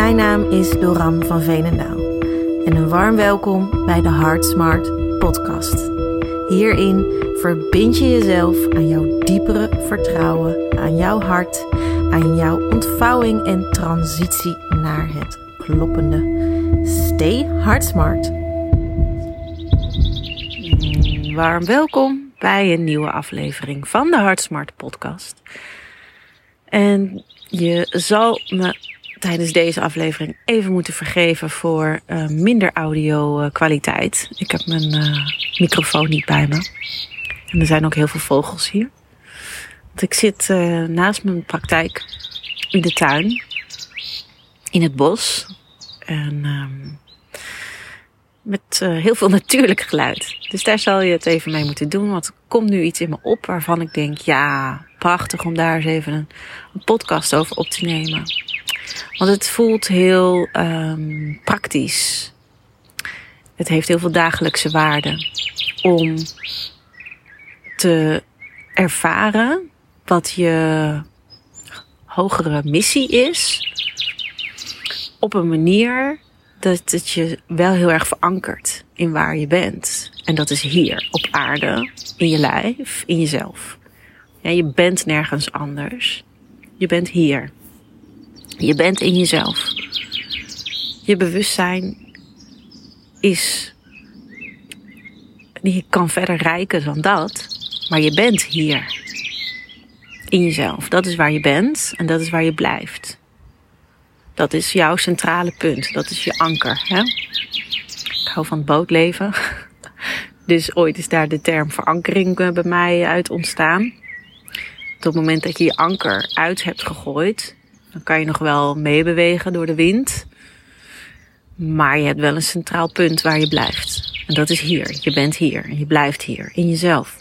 Mijn naam is Doran van Veenendaal en een warm welkom bij de Heart Smart podcast. Hierin verbind je jezelf aan jouw diepere vertrouwen, aan jouw hart, aan jouw ontvouwing en transitie naar het kloppende. Stay Heart Smart. Warm welkom bij een nieuwe aflevering van de Heart Smart podcast. En je zal me tijdens deze aflevering even moeten vergeven voor minder audio kwaliteit. Ik heb mijn microfoon niet bij me. En er zijn ook heel veel vogels hier. Want ik zit naast mijn praktijk in de tuin. In het bos. En met heel veel natuurlijk geluid. Dus daar zal je het even mee moeten doen. Want er komt nu iets in me op waarvan ik denk, ja, prachtig om daar eens even een podcast over op te nemen. Want het voelt heel praktisch. Het heeft heel veel dagelijkse waarde om te ervaren wat je hogere missie is. Op een manier dat het je wel heel erg verankert in waar je bent. En dat is hier, op aarde, in je lijf, in jezelf. Ja, je bent nergens anders. Je bent hier. Je bent in jezelf. Je bewustzijn die kan verder reiken dan dat. Maar je bent hier. In jezelf. Dat is waar je bent en dat is waar je blijft. Dat is jouw centrale punt. Dat is je anker. Hè? Ik hou van het bootleven. Dus ooit is daar de term verankering bij mij uit ontstaan. Op het moment dat je je anker uit hebt gegooid, dan kan je nog wel meebewegen door de wind. Maar je hebt wel een centraal punt waar je blijft. En dat is hier. Je bent hier. En je blijft hier. In jezelf.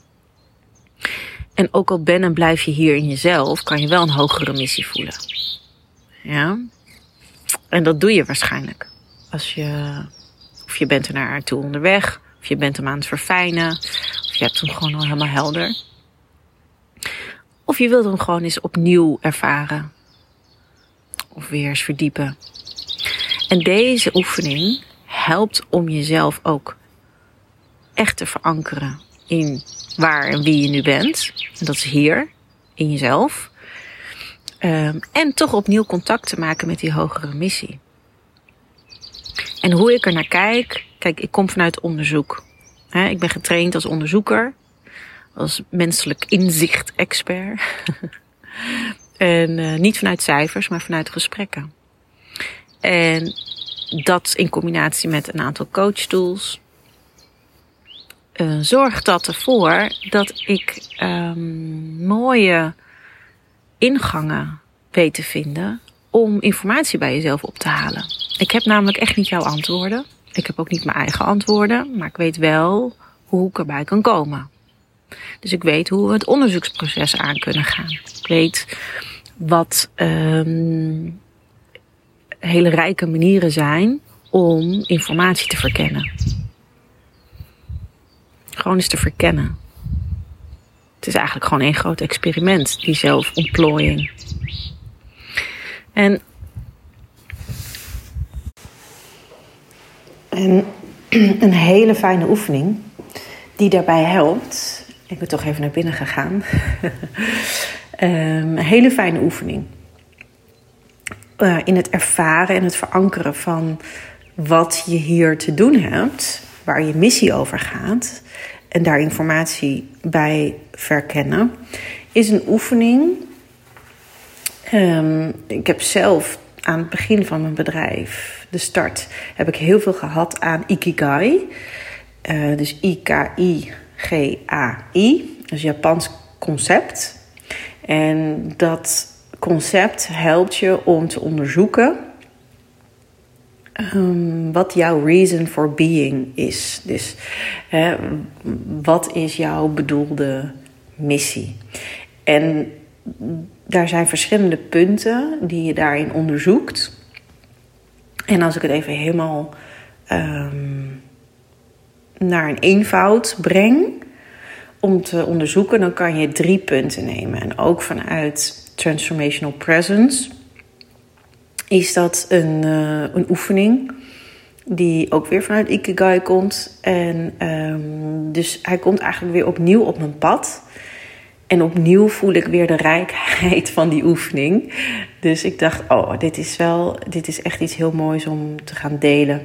En ook al ben en blijf je hier in jezelf, kan je wel een hogere missie voelen. Ja? En dat doe je waarschijnlijk. Of je bent er naartoe onderweg. Of je bent hem aan het verfijnen. Of je hebt hem gewoon al helemaal helder. Of je wilt hem gewoon eens opnieuw ervaren. Of weer eens verdiepen. En deze oefening helpt om jezelf ook echt te verankeren in waar en wie je nu bent. En dat is hier, in jezelf. En toch opnieuw contact te maken met die hogere missie. En hoe ik er naar kijk, ik kom vanuit onderzoek. Ik ben getraind als onderzoeker. Als menselijk inzicht-expert. En niet vanuit cijfers, maar vanuit gesprekken. En dat in combinatie met een aantal coachtools zorgt dat ervoor dat ik mooie ingangen weet te vinden om informatie bij jezelf op te halen. Ik heb namelijk echt niet jouw antwoorden. Ik heb ook niet mijn eigen antwoorden, maar ik weet wel hoe ik erbij kan komen. Dus ik weet hoe we het onderzoeksproces aan kunnen gaan. Ik weet wat hele rijke manieren zijn om informatie te verkennen. Gewoon eens te verkennen. Het is eigenlijk gewoon één groot experiment, die zelfontplooiing. En een hele fijne oefening die daarbij helpt. Ik ben toch even naar binnen gegaan. Een hele fijne oefening. In het ervaren en het verankeren van wat je hier te doen hebt. Waar je missie over gaat. En daar informatie bij verkennen. Is een oefening. Ik heb zelf aan het begin van mijn bedrijf, de start, heb ik heel veel gehad aan Ikigai. Dus I-K-I-G-A-I. Dat is een Japans concept. En dat concept helpt je om te onderzoeken wat jouw reason for being is. Dus wat is jouw bedoelde missie? En daar zijn verschillende punten die je daarin onderzoekt. En als ik het even helemaal naar een eenvoud breng om te onderzoeken, dan kan je 3 punten nemen. En ook vanuit Transformational Presence is dat een oefening die ook weer vanuit Ikigai komt. En dus hij komt eigenlijk weer opnieuw op mijn pad. En opnieuw voel ik weer de rijkheid van die oefening. Dus ik dacht, dit is echt iets heel moois om te gaan delen.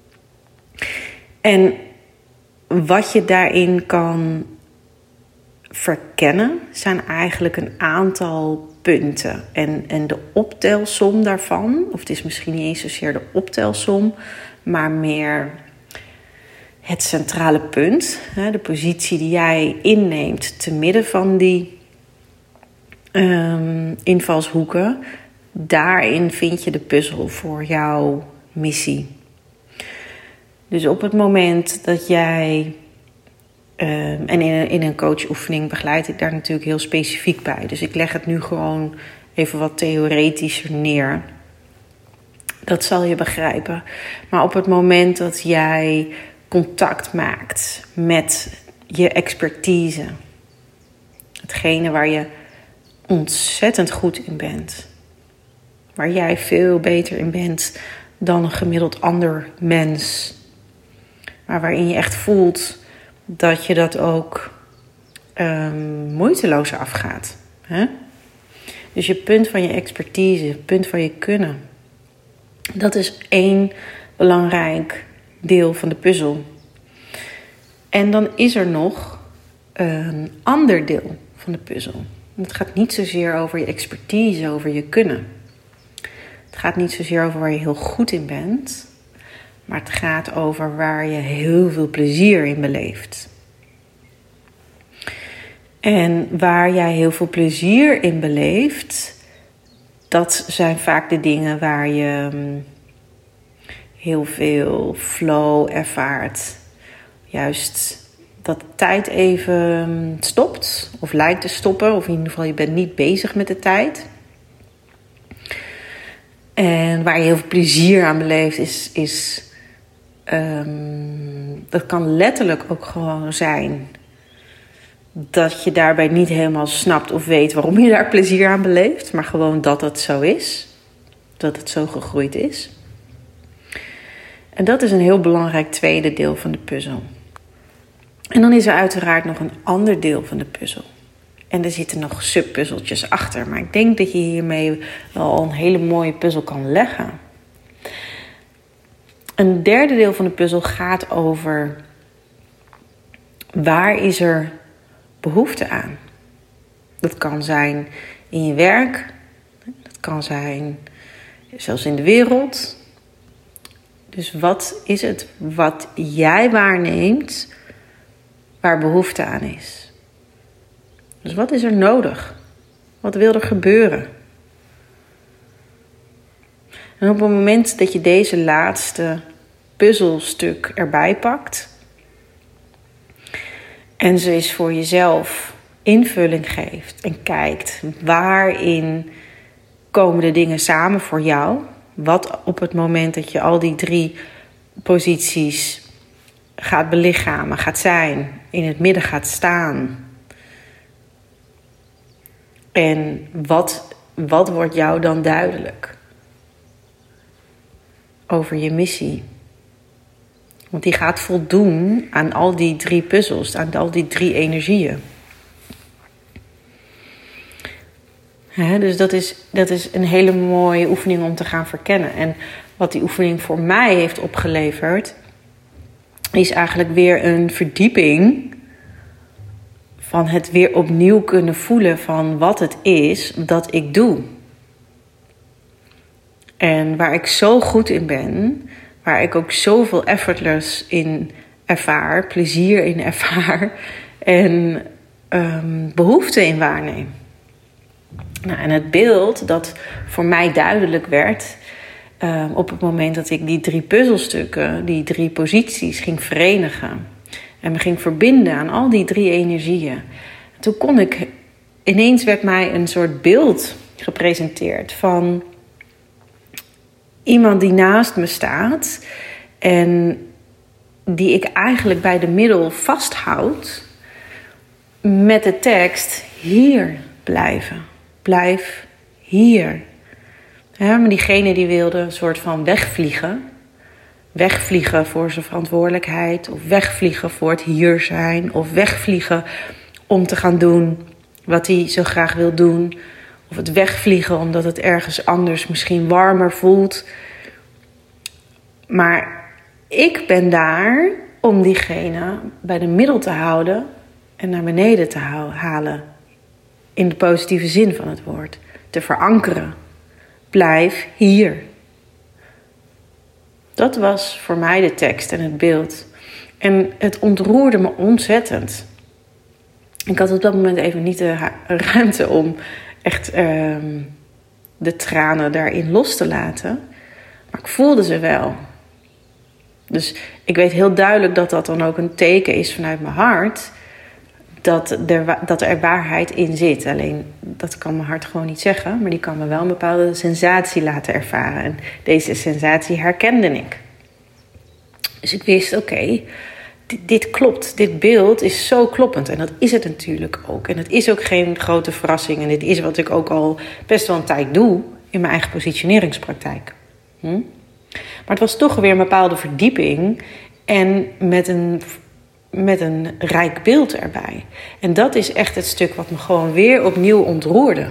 En wat je daarin kan verkennen zijn eigenlijk een aantal punten. En de optelsom daarvan, of het is misschien niet eens zozeer de optelsom, maar meer het centrale punt, de positie die jij inneemt te midden van die invalshoeken. Daarin vind je de puzzel voor jouw missie. Dus op het moment dat jij, en in een coachoefening begeleid ik daar natuurlijk heel specifiek bij. Dus ik leg het nu gewoon even wat theoretischer neer. Dat zal je begrijpen. Maar op het moment dat jij contact maakt met je expertise, hetgene waar je ontzettend goed in bent, waar jij veel beter in bent dan een gemiddeld ander mens, maar waarin je echt voelt dat je dat ook moeiteloos afgaat. Hè? Dus je punt van je expertise, punt van je kunnen, dat is één belangrijk deel van de puzzel. En dan is er nog een ander deel van de puzzel. Het gaat niet zozeer over je expertise, over je kunnen. Het gaat niet zozeer over waar je heel goed in bent, maar het gaat over waar je heel veel plezier in beleeft. En waar jij heel veel plezier in beleeft, dat zijn vaak de dingen waar je heel veel flow ervaart. Juist dat de tijd even stopt, of lijkt te stoppen, of in ieder geval je bent niet bezig met de tijd. En waar je heel veel plezier aan beleeft is dat kan letterlijk ook gewoon zijn dat je daarbij niet helemaal snapt of weet waarom je daar plezier aan beleeft, maar gewoon dat het zo is, dat het zo gegroeid is. En dat is een heel belangrijk tweede deel van de puzzel. En dan is er uiteraard nog een ander deel van de puzzel. En er zitten nog subpuzzeltjes achter, maar ik denk dat je hiermee wel een hele mooie puzzel kan leggen. Een derde deel van de puzzel gaat over waar is er behoefte aan. Dat kan zijn in je werk, dat kan zijn zelfs in de wereld. Dus wat is het wat jij waarneemt waar behoefte aan is? Dus wat is er nodig? Wat wil er gebeuren? En op het moment dat je deze laatste puzzelstuk erbij pakt en ze eens voor jezelf invulling geeft en kijkt waarin komen de dingen samen voor jou, wat op het moment dat je al die 3 posities gaat belichamen, gaat zijn, in het midden gaat staan. En wat wordt jou dan duidelijk over je missie? Want die gaat voldoen aan al die 3 puzzels, aan al die 3 energieën. Dus dat is een hele mooie oefening om te gaan verkennen. En wat die oefening voor mij heeft opgeleverd, is eigenlijk weer een verdieping van het weer opnieuw kunnen voelen van wat het is dat ik doe. En waar ik zo goed in ben, waar ik ook zoveel effortless in ervaar, plezier in ervaar en behoefte in waarneem. Nou, en het beeld dat voor mij duidelijk werd op het moment dat ik die 3 puzzelstukken, die 3 posities ging verenigen en me ging verbinden aan al die 3 energieën. Toen ineens werd mij een soort beeld gepresenteerd van iemand die naast me staat en die ik eigenlijk bij de middel vasthoud met de tekst: hier blijven. Blijf hier. Maar diegene die wilde een soort van wegvliegen. Wegvliegen voor zijn verantwoordelijkheid. Of wegvliegen voor het hier zijn. Of wegvliegen om te gaan doen wat hij zo graag wil doen. Of het wegvliegen omdat het ergens anders misschien warmer voelt. Maar ik ben daar om diegene bij de middel te houden en naar beneden te halen. In de positieve zin van het woord. Te verankeren. Blijf hier. Dat was voor mij de tekst en het beeld. En het ontroerde me ontzettend. Ik had op dat moment even niet de ruimte om echt de tranen daarin los te laten. Maar ik voelde ze wel. Dus ik weet heel duidelijk dat dat dan ook een teken is vanuit mijn hart. Dat er waarheid in zit. Alleen dat kan mijn hart gewoon niet zeggen. Maar die kan me wel een bepaalde sensatie laten ervaren. En deze sensatie herkende ik. Dus ik wist, oké, dit klopt. Dit beeld is zo kloppend. En dat is het natuurlijk ook. En het is ook geen grote verrassing. En dit is wat ik ook al best wel een tijd doe in mijn eigen positioneringspraktijk. Maar het was toch weer een bepaalde verdieping. En met een rijk beeld erbij. En dat is echt het stuk wat me gewoon weer opnieuw ontroerde.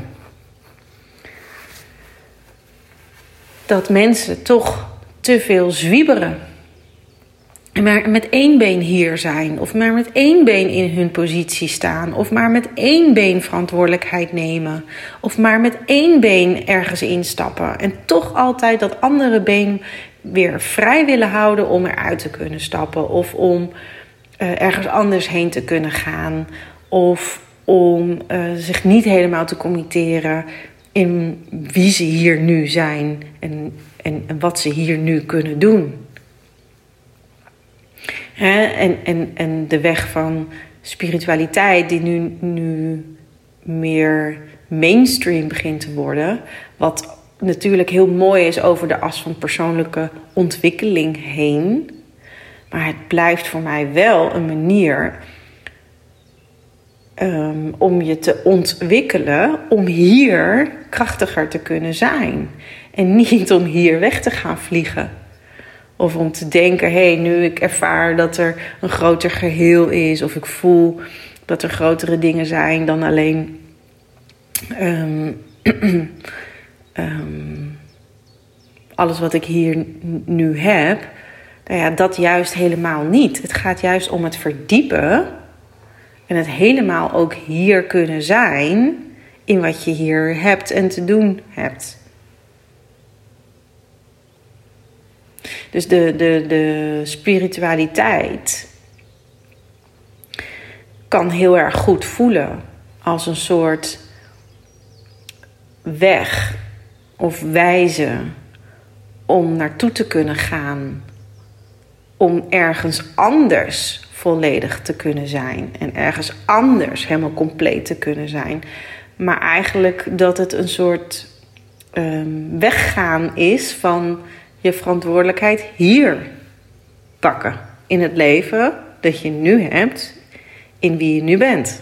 Dat mensen toch te veel zwieberen. En maar met één been hier zijn. Of maar met één been in hun positie staan. Of maar met één been verantwoordelijkheid nemen. Of maar met één been ergens instappen. En toch altijd dat andere been weer vrij willen houden om eruit te kunnen stappen. Of om ergens anders heen te kunnen gaan. Of om zich niet helemaal te committeren in wie ze hier nu zijn. En wat ze hier nu kunnen doen. En de weg van spiritualiteit die nu meer mainstream begint te worden. Wat natuurlijk heel mooi is over de as van persoonlijke ontwikkeling heen. Maar het blijft voor mij wel een manier om je te ontwikkelen. Om hier krachtiger te kunnen zijn. En niet om hier weg te gaan vliegen. Of om te denken, nu ik ervaar dat er een groter geheel is. Of ik voel dat er grotere dingen zijn dan alleen alles wat ik hier nu heb. Nou ja, dat juist helemaal niet. Het gaat juist om het verdiepen. En het helemaal ook hier kunnen zijn. In wat je hier hebt en te doen hebt. Dus de spiritualiteit kan heel erg goed voelen als een soort weg of wijze om naartoe te kunnen gaan. Om ergens anders volledig te kunnen zijn. En ergens anders helemaal compleet te kunnen zijn. Maar eigenlijk dat het een soort weggaan is van je verantwoordelijkheid hier pakken. In het leven dat je nu hebt. In wie je nu bent.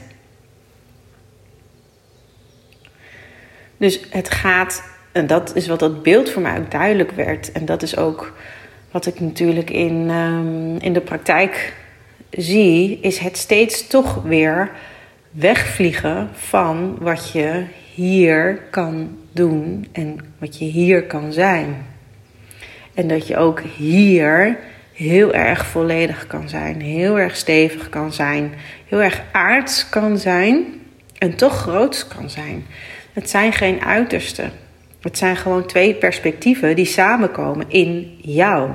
Dus het gaat, en dat is wat dat beeld voor mij ook duidelijk werd. En dat is ook wat ik natuurlijk in de praktijk zie. Is het steeds toch weer wegvliegen van wat je hier kan doen. En wat je hier kan zijn. En dat je ook hier heel erg volledig kan zijn. Heel erg stevig kan zijn. Heel erg aards kan zijn. En toch groots kan zijn. Het zijn geen uitersten. Het zijn gewoon twee perspectieven die samenkomen in jou.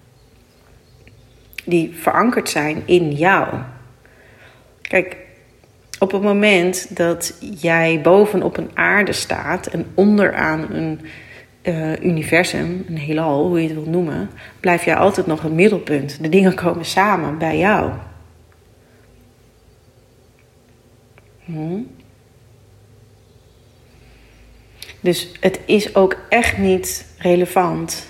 Die verankerd zijn in jou. Kijk, op het moment dat jij bovenop een aarde staat en onderaan een universum, een heelal, hoe je het wilt noemen, blijf jij altijd nog een middelpunt. De dingen komen samen bij jou. Dus het is ook echt niet relevant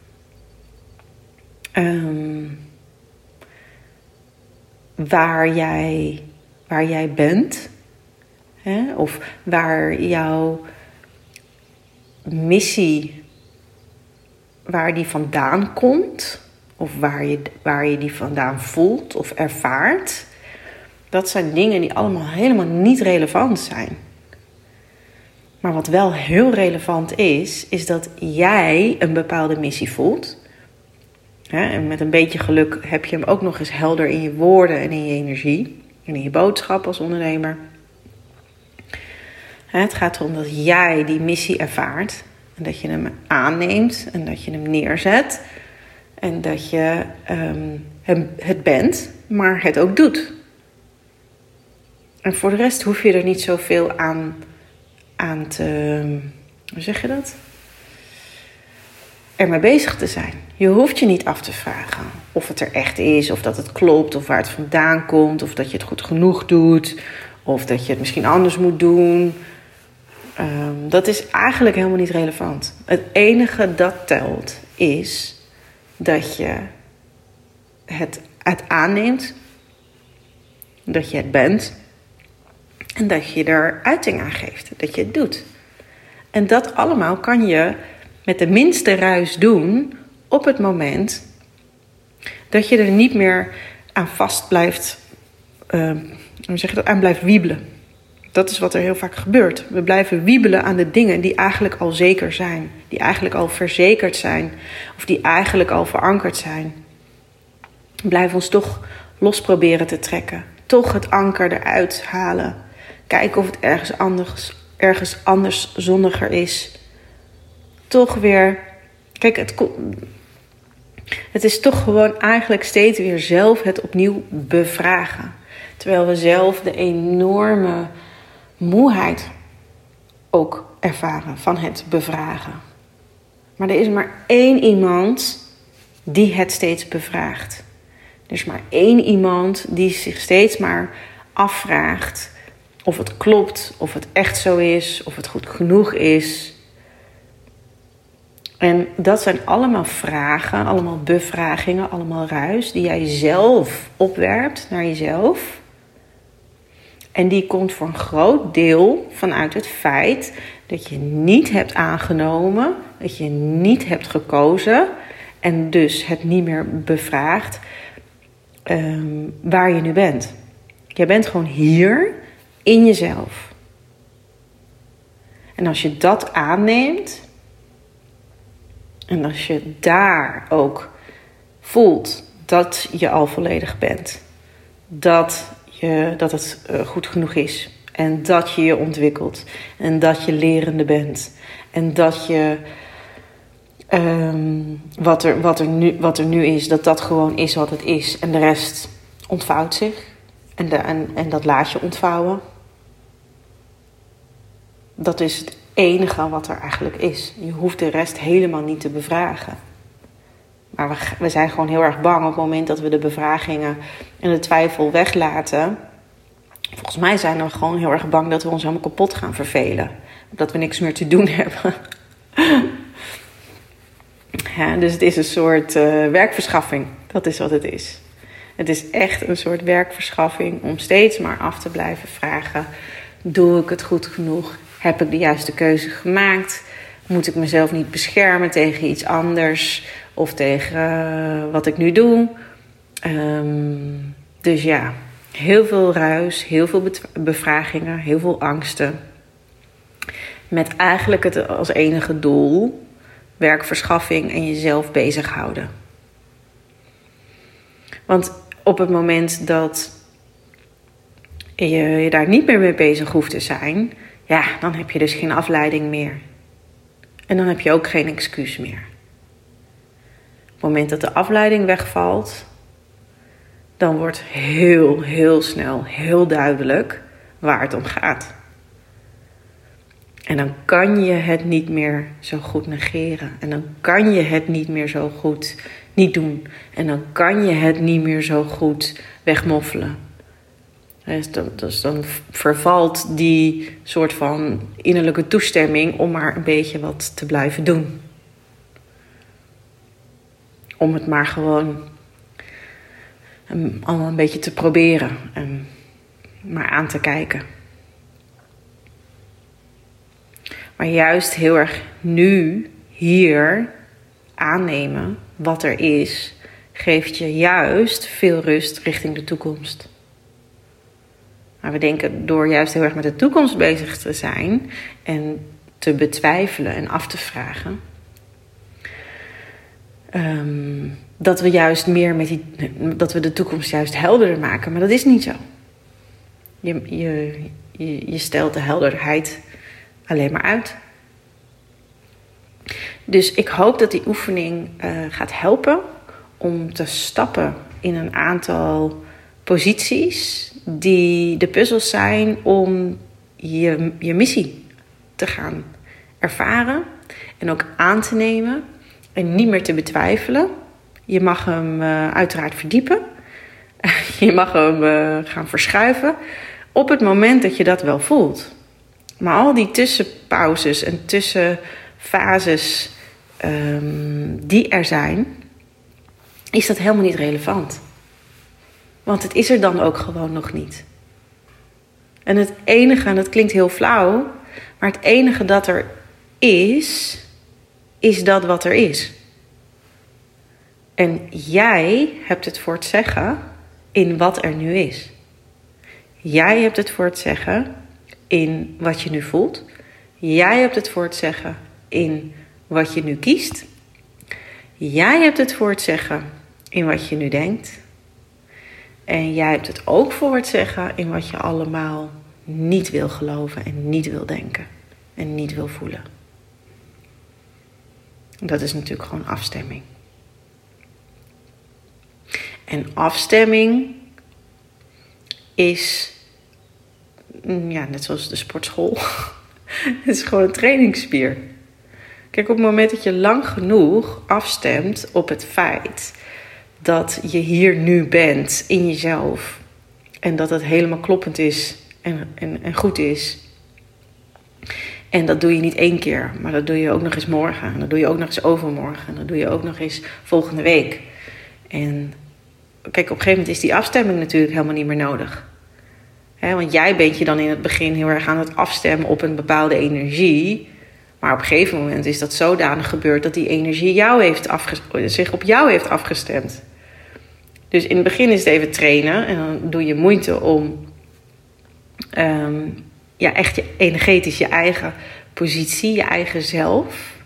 waar jij bent. Of waar jouw missie waar die vandaan komt, of waar je die vandaan voelt of ervaart, dat zijn dingen die allemaal helemaal niet relevant zijn. Maar wat wel heel relevant is dat jij een bepaalde missie voelt. En met een beetje geluk heb je hem ook nog eens helder in je woorden en in je energie. En in je boodschap als ondernemer. Het gaat erom dat jij die missie ervaart. En dat je hem aanneemt en dat je hem neerzet. En dat je het bent, maar het ook doet. En voor de rest hoef je er niet zoveel aan te... Hoe zeg je dat? Ermee bezig te zijn. Je hoeft je niet af te vragen of het er echt is, of dat het klopt, of waar het vandaan komt, of dat je het goed genoeg doet, of dat je het misschien anders moet doen. Dat is eigenlijk helemaal niet relevant. Het enige dat telt is dat je het aanneemt, dat je het bent en dat je er uiting aan geeft, dat je het doet. En dat allemaal kan je met de minste ruis doen op het moment dat je er niet meer aan vast blijft, aan blijft wiebelen. Dat is wat er heel vaak gebeurt. We blijven wiebelen aan de dingen die eigenlijk al zeker zijn. Die eigenlijk al verzekerd zijn. Of die eigenlijk al verankerd zijn. We blijven ons toch los proberen te trekken. Toch het anker eruit halen. Kijken of het ergens anders zonniger is. Toch weer... Kijk, het is toch gewoon eigenlijk steeds weer zelf het opnieuw bevragen. Terwijl we zelf de enorme moeheid ook ervaren van het bevragen. Maar er is maar één iemand die het steeds bevraagt. Er is maar één iemand die zich steeds maar afvraagt of het klopt, of het echt zo is, of het goed genoeg is. En dat zijn allemaal vragen, allemaal bevragingen, allemaal ruis die jij zelf opwerpt naar jezelf. En die komt voor een groot deel vanuit het feit dat je niet hebt aangenomen, dat je niet hebt gekozen en dus het niet meer bevraagt waar je nu bent. Jij bent gewoon hier in jezelf. En als je dat aanneemt en als je daar ook voelt dat je al volledig bent, dat het goed genoeg is. En dat je je ontwikkelt. En dat je lerende bent. En dat je wat er nu is, dat gewoon is wat het is. En de rest ontvouwt zich. En dat laat je ontvouwen. Dat is het enige wat er eigenlijk is. Je hoeft de rest helemaal niet te bevragen. Maar we zijn gewoon heel erg bang op het moment dat we de bevragingen en de twijfel weglaten. Volgens mij zijn we gewoon heel erg bang dat we ons helemaal kapot gaan vervelen. Dat we niks meer te doen hebben. Ja, dus het is een soort werkverschaffing. Dat is wat het is. Het is echt een soort werkverschaffing om steeds maar af te blijven vragen. Doe ik het goed genoeg? Heb ik de juiste keuze gemaakt? Moet ik mezelf niet beschermen tegen iets anders? Of tegen wat ik nu doe? Dus ja, heel veel ruis, heel veel bevragingen, heel veel angsten. Met eigenlijk het als enige doel werkverschaffing en jezelf bezighouden. Want op het moment dat je daar niet meer mee bezig hoeft te zijn, ja, dan heb je dus geen afleiding meer. En dan heb je ook geen excuus meer. Op het moment dat de afleiding wegvalt, dan wordt heel, heel snel, heel duidelijk waar het om gaat. En dan kan je het niet meer zo goed negeren. En dan kan je het niet meer zo goed niet doen. En dan kan je het niet meer zo goed wegmoffelen. Dus dan vervalt die soort van innerlijke toestemming om maar een beetje wat te blijven doen. Om het maar gewoon allemaal een beetje te proberen en maar aan te kijken. Maar juist heel erg nu, hier, aannemen wat er is, geeft je juist veel rust richting de toekomst. Maar we denken door juist heel erg met de toekomst bezig te zijn en te betwijfelen en af te vragen, dat we juist meer dat we de toekomst juist helderder maken. Maar dat is niet zo. Je stelt de helderheid alleen maar uit. Dus ik hoop dat die oefening gaat helpen om te stappen in een aantal posities die de puzzels zijn om je missie te gaan ervaren en ook aan te nemen en niet meer te betwijfelen. Je mag hem uiteraard verdiepen. Je mag hem gaan verschuiven op het moment dat je dat wel voelt. Maar al die tussenpauzes en tussenfases die er zijn, is dat helemaal niet relevant. Want het is er dan ook gewoon nog niet. En het enige, en dat klinkt heel flauw, maar het enige dat er is dat wat er is. En jij hebt het voor het zeggen in wat er nu is. Jij hebt het voor het zeggen in wat je nu voelt. Jij hebt het voor het zeggen in wat je nu kiest. Jij hebt het voor het zeggen in wat je nu denkt. En jij hebt het ook voor het zeggen in wat je allemaal niet wil geloven en niet wil denken en niet wil voelen. Dat is natuurlijk gewoon afstemming. En afstemming is, net zoals de sportschool, het is gewoon een trainingsspier. Kijk, op het moment dat je lang genoeg afstemt op het feit dat je hier nu bent in jezelf en dat het helemaal kloppend is en goed is. En dat doe je niet 1 keer, maar dat doe je ook nog eens morgen. En dat doe je ook nog eens overmorgen. En dat doe je ook nog eens volgende week. En kijk, op een gegeven moment is die afstemming natuurlijk helemaal niet meer nodig. Want jij bent je dan in het begin heel erg aan het afstemmen op een bepaalde energie. Maar op een gegeven moment is dat zodanig gebeurd dat die energie zich op jou heeft afgestemd. Dus in het begin is het even trainen. En dan doe je moeite om echt energetisch je eigen positie, je eigen zelf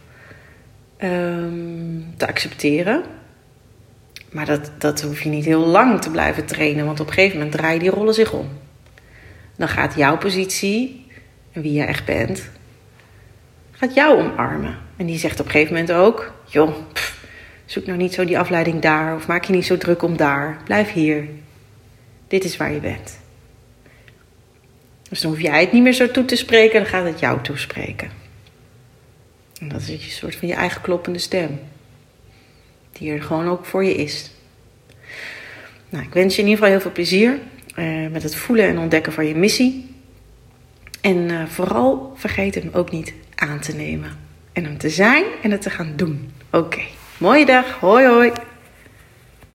te accepteren. Maar dat hoef je niet heel lang te blijven trainen. Want op een gegeven moment draaien die rollen zich om. Dan gaat jouw positie, en wie je echt bent, gaat jou omarmen. En die zegt op een gegeven moment ook, joh, zoek nou niet zo die afleiding daar. Of maak je niet zo druk om daar. Blijf hier. Dit is waar je bent. Dus dan hoef jij het niet meer zo toe te spreken. Dan gaat het jou toespreken. En dat is een soort van je eigen kloppende stem. Die er gewoon ook voor je is. Nou, ik wens je in ieder geval heel veel plezier. Met het voelen en ontdekken van je missie. En vooral vergeet hem ook niet aan te nemen. En hem te zijn en het te gaan doen. Oké. Mooie dag. Hoi hoi.